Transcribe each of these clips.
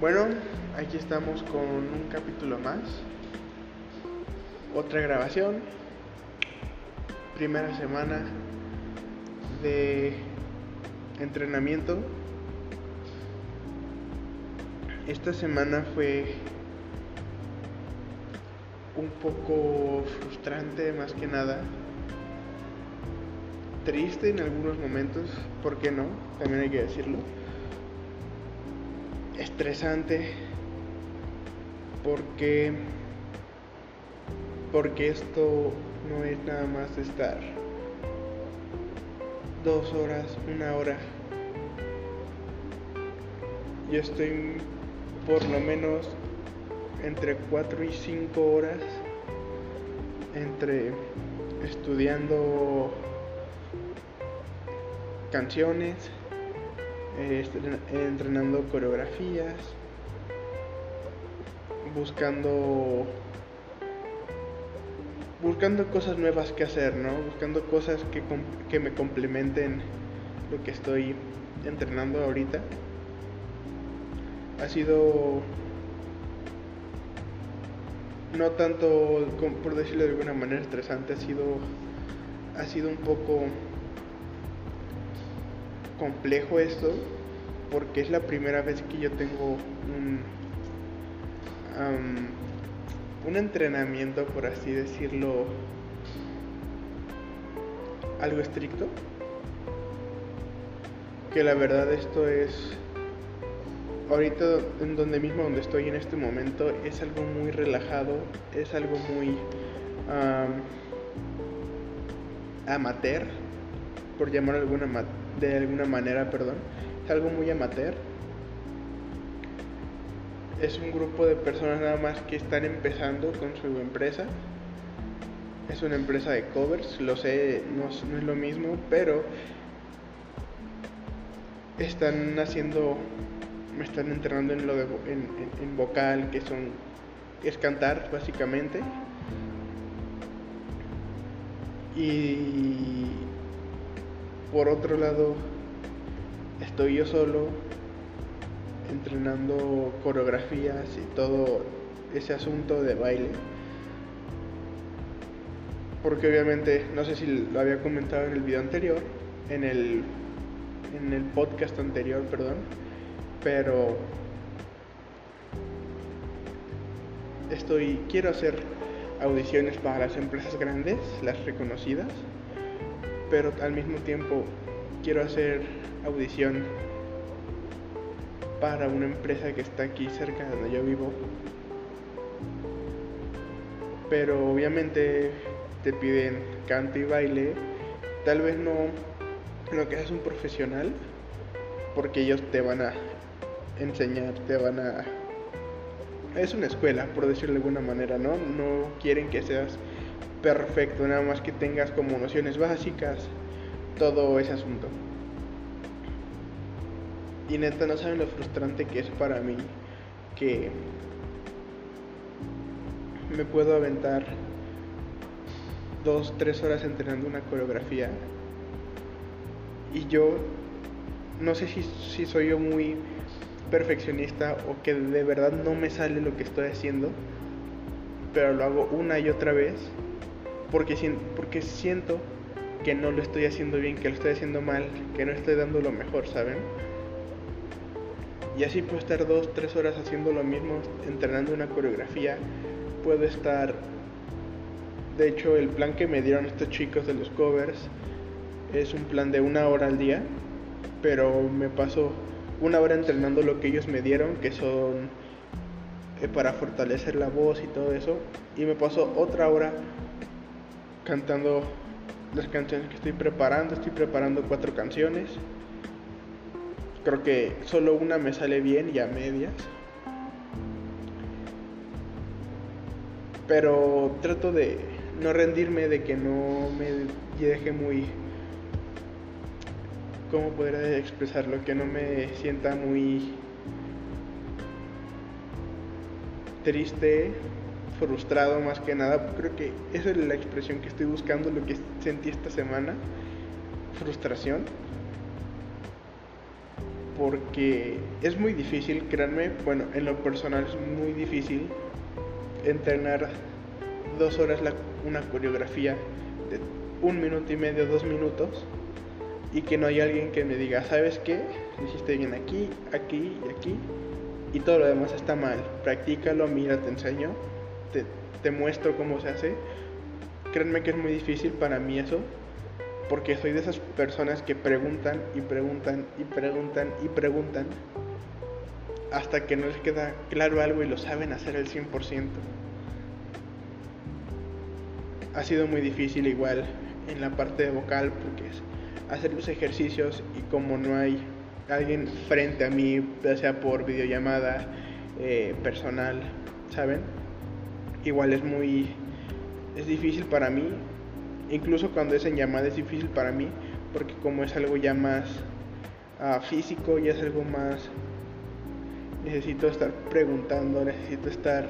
Bueno, aquí estamos con un capítulo más, otra grabación, primera semana de entrenamiento. Esta semana fue un poco frustrante, más que nada, triste en algunos momentos, ¿por qué no? También hay que decirlo. Estresante porque esto no es nada más de estar 2 horas, 1 hora. Yo estoy por lo menos entre 4 y 5 horas entre estudiando canciones, entrenando coreografías, buscando cosas nuevas que hacer, ¿no? Buscando cosas que me complementen lo que estoy entrenando ahorita. Ha sido no tanto, por decirlo de alguna manera, estresante, ha sido un poco complejo esto, porque es la primera vez que yo tengo un entrenamiento, por así decirlo, algo estricto, que la verdad esto es, ahorita donde estoy en este momento, es algo muy relajado, es algo muy amateur, por llamarlo de alguna manera, es algo muy amateur. Es un grupo de personas nada más que están empezando con su empresa. Es una empresa de covers, lo sé, no es lo mismo, pero me están entrenando en vocal, es cantar básicamente. Y por otro lado, estoy yo solo entrenando coreografías y todo ese asunto de baile, porque obviamente, no sé si lo había comentado en el video anterior, en el podcast anterior, pero quiero hacer audiciones para las empresas grandes, las reconocidas, pero al mismo tiempo quiero hacer audición para una empresa que está aquí cerca de donde yo vivo, pero obviamente te piden canto y baile, tal vez no lo que seas un profesional, porque ellos te van a enseñar, es una escuela, por decirlo de alguna manera, no quieren que seas perfecto, nada más que tengas como nociones básicas, todo ese asunto. Y neta, no saben lo frustrante que es para mí, que me puedo aventar 2-3 horas entrenando una coreografía y yo no sé si soy yo muy perfeccionista o que de verdad no me sale lo que estoy haciendo, pero lo hago una y otra vez porque siento que no lo estoy haciendo bien, que lo estoy haciendo mal, que no estoy dando lo mejor, ¿saben? Y así puedo estar 2-3 horas haciendo lo mismo, entrenando una coreografía. Puedo estar, de hecho, el plan que me dieron estos chicos de los covers es un plan de 1 hora al día, pero me paso 1 hora entrenando lo que ellos me dieron, que son para fortalecer la voz y todo eso, y me paso otra hora cantando las canciones que estoy preparando 4 canciones. Creo que solo una me sale bien y a medias, pero trato de no rendirme, de que no me deje muy, ¿cómo podría expresarlo? Que no me sienta muy triste, frustrado, más que nada. Creo que esa es la expresión que estoy buscando, lo que sentí esta semana, frustración. porque es muy difícil, créanme, bueno, en lo personal es muy difícil entrenar 2 horas una coreografía de 1 minuto y medio, 2 minutos, y que no hay alguien que me diga, ¿sabes qué? Lo hiciste bien aquí, aquí y aquí, y todo lo demás está mal. Practícalo, mira, te enseño, te muestro cómo se hace. Créanme que es muy difícil para mí eso, porque soy de esas personas que preguntan y preguntan y preguntan y preguntan hasta que no les queda claro algo y lo saben hacer al 100%. Ha sido muy difícil igual en la parte de vocal, porque es hacer los ejercicios y como no hay alguien frente a mí, ya sea por videollamada, personal, ¿saben? Igual es difícil para mí. Incluso cuando es en llamada es difícil para mí, porque como es algo ya más físico, ya es algo más, necesito estar preguntando, necesito estar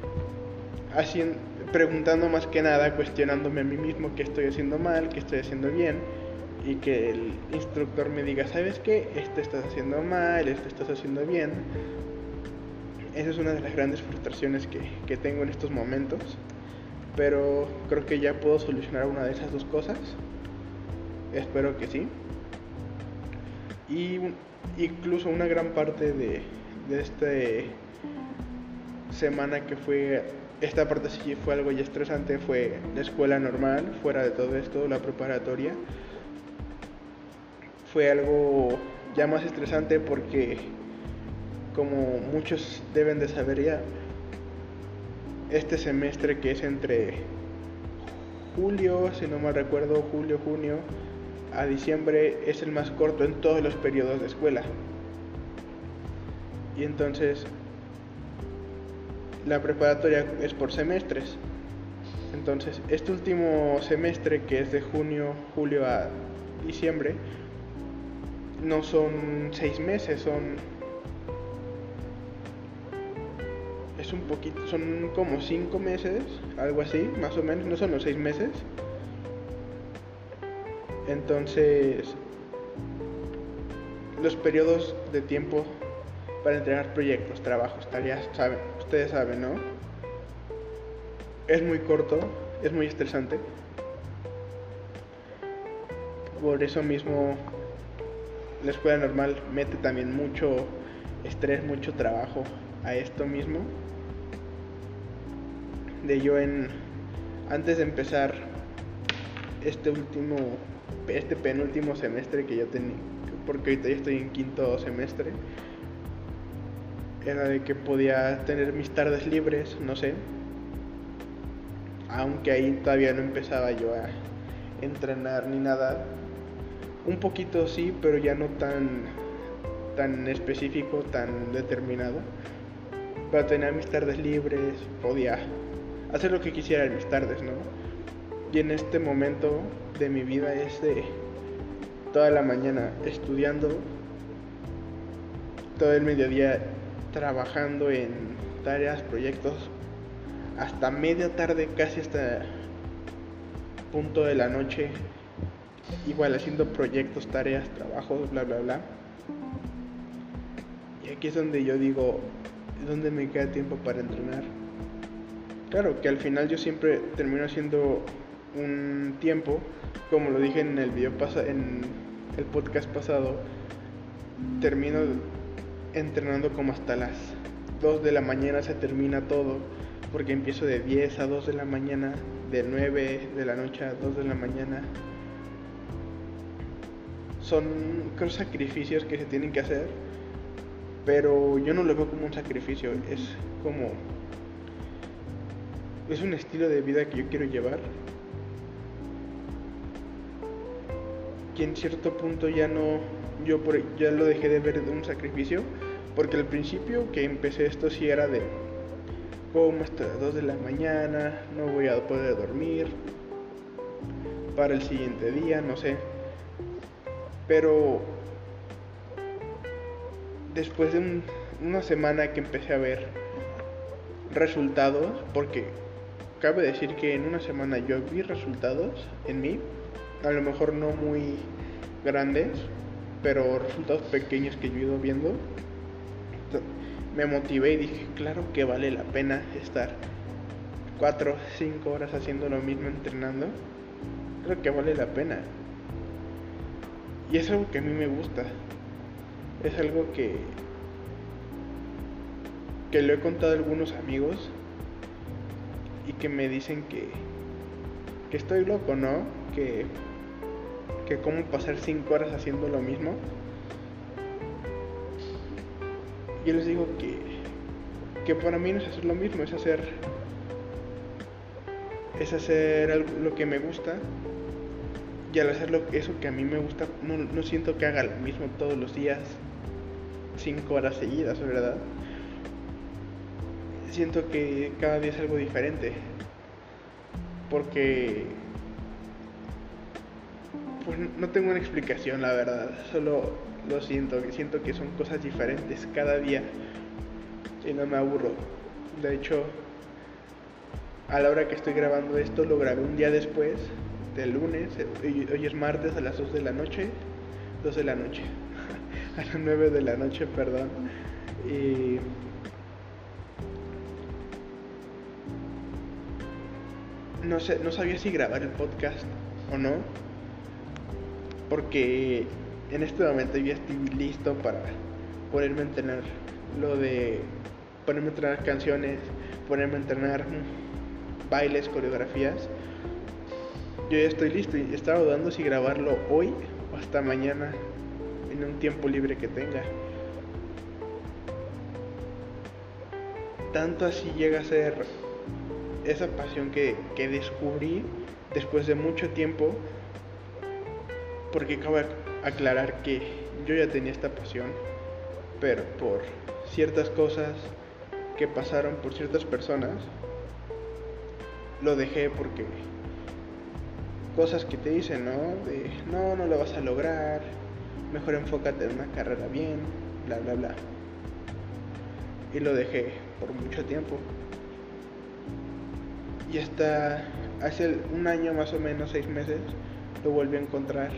preguntando más que nada, cuestionándome a mí mismo qué estoy haciendo mal, qué estoy haciendo bien, y que el instructor me diga, ¿sabes qué? Esto estás haciendo mal, esto estás haciendo bien. Esa es una de las grandes frustraciones que tengo en estos momentos, pero creo que ya puedo solucionar una de esas dos cosas. Espero que sí. Y incluso una gran parte de esta semana que fue, esta parte sí fue algo ya estresante, fue la escuela normal, fuera de todo esto, la preparatoria. Fue algo ya más estresante porque, como muchos deben de saber ya, este semestre, que es entre julio, si no mal recuerdo, julio, junio a diciembre, es el más corto en todos los periodos de escuela. Y entonces la preparatoria es por semestres. Entonces este último semestre, que es de julio a diciembre, no son 6 meses, es un poquito, son como 5 meses, algo así, más o menos, no son los 6 meses. Entonces, los periodos de tiempo para entregar proyectos, trabajos, tareas, ustedes saben, ¿no? Es muy corto, es muy estresante. Por eso mismo, la escuela normal mete también mucho estrés, mucho trabajo a esto mismo. Antes de empezar este penúltimo semestre que yo tenía, porque ahorita ya estoy en 5º semestre, era de que podía tener mis tardes libres, no sé, aunque ahí todavía no empezaba yo a entrenar ni nada. Un poquito sí, pero ya no tan específico, tan determinado. Para tener mis tardes libres, podía hacer lo que quisiera en mis tardes, ¿no? Y en este momento de mi vida es de toda la mañana estudiando, todo el mediodía trabajando en tareas, proyectos, hasta media tarde, casi hasta punto de la noche, igual haciendo proyectos, tareas, trabajos, bla bla bla. Y aquí es donde yo digo, ¿dónde me queda tiempo para entrenar? Claro que al final yo siempre termino haciendo un tiempo, como lo dije en el en el podcast pasado, termino entrenando como hasta las 2 de la mañana, se termina todo, porque empiezo de 10 a 2 de la mañana, de 9 de la noche a 2 de la mañana. Son sacrificios que se tienen que hacer, pero yo no lo veo como un sacrificio, es un estilo de vida que yo quiero llevar, que en cierto punto ya lo dejé de ver de un sacrificio, porque al principio que empecé esto sí era de como hasta las 2 de la mañana, no voy a poder dormir para el siguiente día, no sé. Pero después de una semana que empecé a ver resultados, porque cabe decir que en una semana yo vi resultados en mí, a lo mejor no muy grandes, pero resultados pequeños que yo he ido viendo, me motivé y dije, claro que vale la pena estar 4 o 5 horas haciendo lo mismo, entrenando. Creo que vale la pena. Y es algo que a mí me gusta. Es algo que lo he contado a algunos amigos y que me dicen que estoy loco, ¿no? Que cómo pasar 5 horas haciendo lo mismo. Yo les digo que para mí no es hacer lo mismo, es hacer algo, lo que me gusta. Y al hacer eso que a mí me gusta, no siento que haga lo mismo todos los días 5 horas seguidas, ¿verdad? Siento que cada día es algo diferente, porque pues no tengo una explicación, la verdad. Solo lo siento que son cosas diferentes cada día y no me aburro. De hecho, a la hora que estoy grabando esto, lo grabé un día después del lunes. Hoy es martes a las 2 de la noche a las 9 de la noche, perdón. Y no sabía si grabar el podcast o no, porque en este momento ya estoy listo para ponerme a entrenar. Ponerme a entrenar canciones, ponerme a entrenar bailes, coreografías. Yo ya estoy listo y estaba dudando si grabarlo hoy o hasta mañana, en un tiempo libre que tenga. Tanto así llega a ser esa pasión que descubrí después de mucho tiempo, porque cabe aclarar que yo ya tenía esta pasión, pero por ciertas cosas que pasaron, por ciertas personas, lo dejé, porque cosas que te dicen, ¿no? De no lo vas a lograr, mejor enfócate en una carrera bien, bla bla bla. Y lo dejé por mucho tiempo. Y hasta hace un año, más o menos 6 meses, lo volví a encontrar.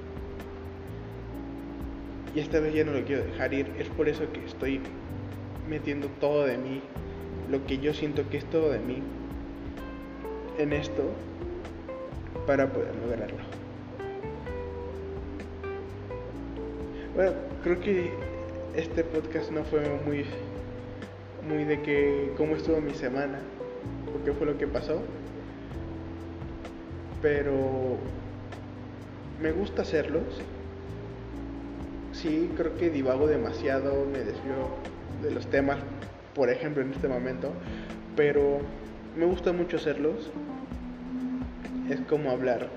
Y esta vez ya no lo quiero dejar ir. Es por eso que estoy metiendo todo de mí, lo que yo siento que es todo de mí, en esto, para poder lograrlo. Bueno, creo que este podcast no fue muy de que cómo estuvo mi semana, o qué fue lo que pasó, pero me gusta hacerlos. Sí, creo que divago demasiado, me desvío de los temas, por ejemplo, en este momento, pero me gusta mucho hacerlos. Es como hablar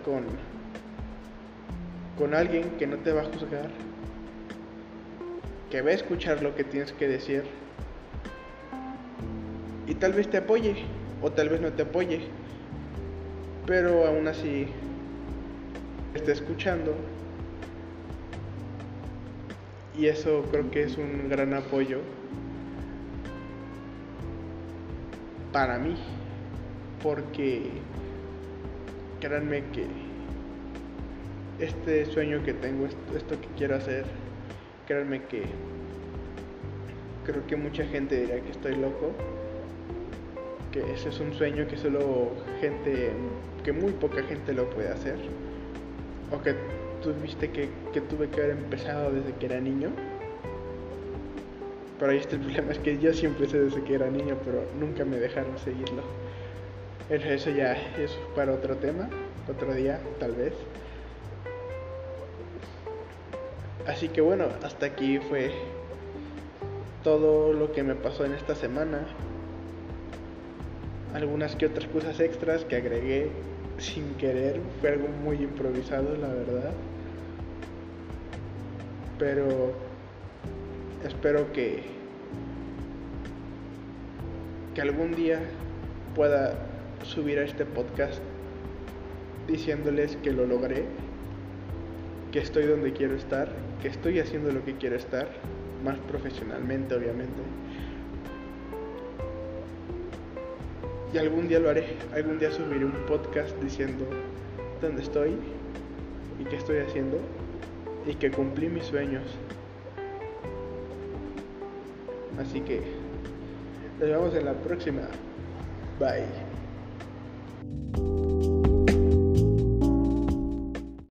con alguien que no te va a juzgar, que va a escuchar lo que tienes que decir y tal vez te apoye o tal vez no te apoye, pero aún así está escuchando. Y eso creo que es un gran apoyo para mí, porque créanme que este sueño que tengo, esto que quiero hacer, créanme que creo que mucha gente dirá que estoy loco, que ese es un sueño que que muy poca gente lo puede hacer, o que tuviste que tuve que haber empezado desde que era niño. Pero ahí está el problema, es que yo sí empecé desde que era niño, pero nunca me dejaron seguirlo. Eso ya es para otro tema, otro día tal vez. Así que bueno, hasta aquí fue todo lo que me pasó en esta semana. Algunas que otras cosas extras que agregué sin querer, fue algo muy improvisado, la verdad. Pero espero que algún día pueda subir a este podcast diciéndoles que lo logré, que estoy donde quiero estar, que estoy haciendo lo que quiero estar, más profesionalmente, obviamente. Y algún día lo haré, algún día subiré un podcast diciendo dónde estoy y qué estoy haciendo. y que cumplí mis sueños. Así que nos vemos en la próxima. Bye.